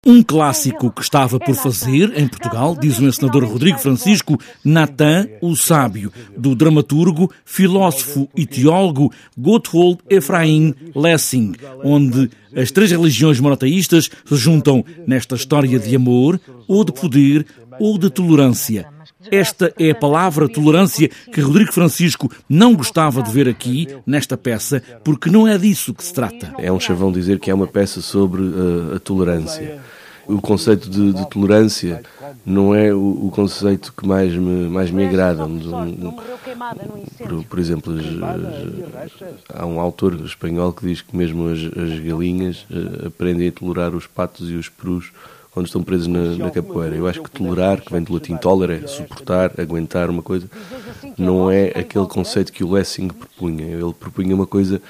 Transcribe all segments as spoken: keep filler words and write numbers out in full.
Um clássico que estava por fazer em Portugal, diz o encenador Rodrigo Francisco, Natan, o Sábio, do dramaturgo, filósofo e teólogo Gotthold Ephraim Lessing, onde as três religiões monoteístas se juntam nesta história de amor, ou de poder, ou de tolerância. Esta é a palavra tolerância que Rodrigo Francisco não gostava de ver aqui, nesta peça, porque não é disso que se trata. É um chavão dizer que é uma peça sobre uh, a tolerância. O conceito de, de tolerância não é o, o conceito que mais me, mais me agrada. Um, um, por, por exemplo, as, as, há um autor espanhol que diz que mesmo as, as galinhas uh, aprendem a tolerar os patos e os perus quando estão presos na, na capoeira. Eu acho que tolerar, que vem do latim toler, é suportar, aguentar uma coisa, não é aquele conceito que o Lessing propunha. Ele propunha uma coisa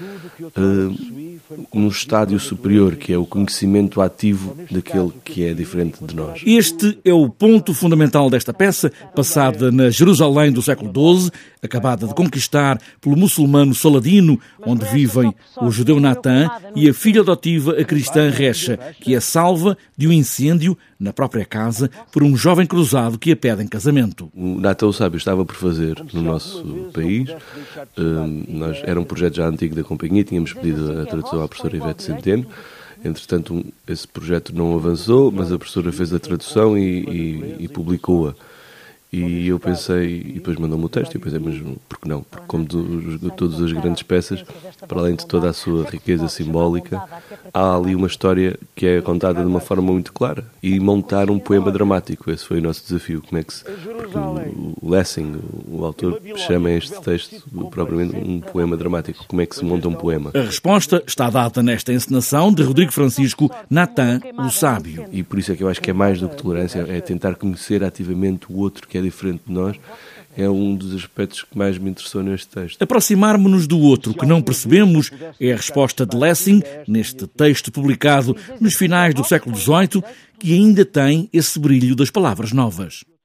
uh, num estádio superior, que é o conhecimento ativo daquele que é diferente de nós. Este é o ponto fundamental desta peça, passada na Jerusalém do século doze, acabada de conquistar pelo muçulmano Saladino, onde vivem o judeu Natan e a filha adotiva, a cristã Recha, que é salva de um incêndio na própria casa por um jovem cruzado que a pede em casamento. O Natan o Sábio estava por fazer no nosso país. Uh, nós, era um projeto já antigo da companhia, tínhamos pedido a tradução à professora Ivete Centeno. Entretanto, esse projeto não avançou, mas a professora fez a tradução e, e, e publicou-a. E eu pensei, e depois mandou-me o texto, e eu pensei, mas por que não? Porque como de, de todas as grandes peças, para além de toda a sua riqueza simbólica, há ali uma história que é contada de uma forma muito clara. E montar um poema dramático, esse foi o nosso desafio. Como é que se... Porque o Lessing, o autor, chama este texto propriamente um poema dramático. Como é que se monta um poema? A resposta está dada nesta encenação de Rodrigo Francisco, Natan, o Sábio. E por isso é que eu acho que é mais do que tolerância, é tentar conhecer ativamente o outro que é diferente de nós. É um dos aspectos que mais me interessou neste texto. Aproximarmos-nos do outro que não percebemos é a resposta de Lessing, neste texto publicado nos finais do século dezoito, que ainda tem esse brilho das palavras novas.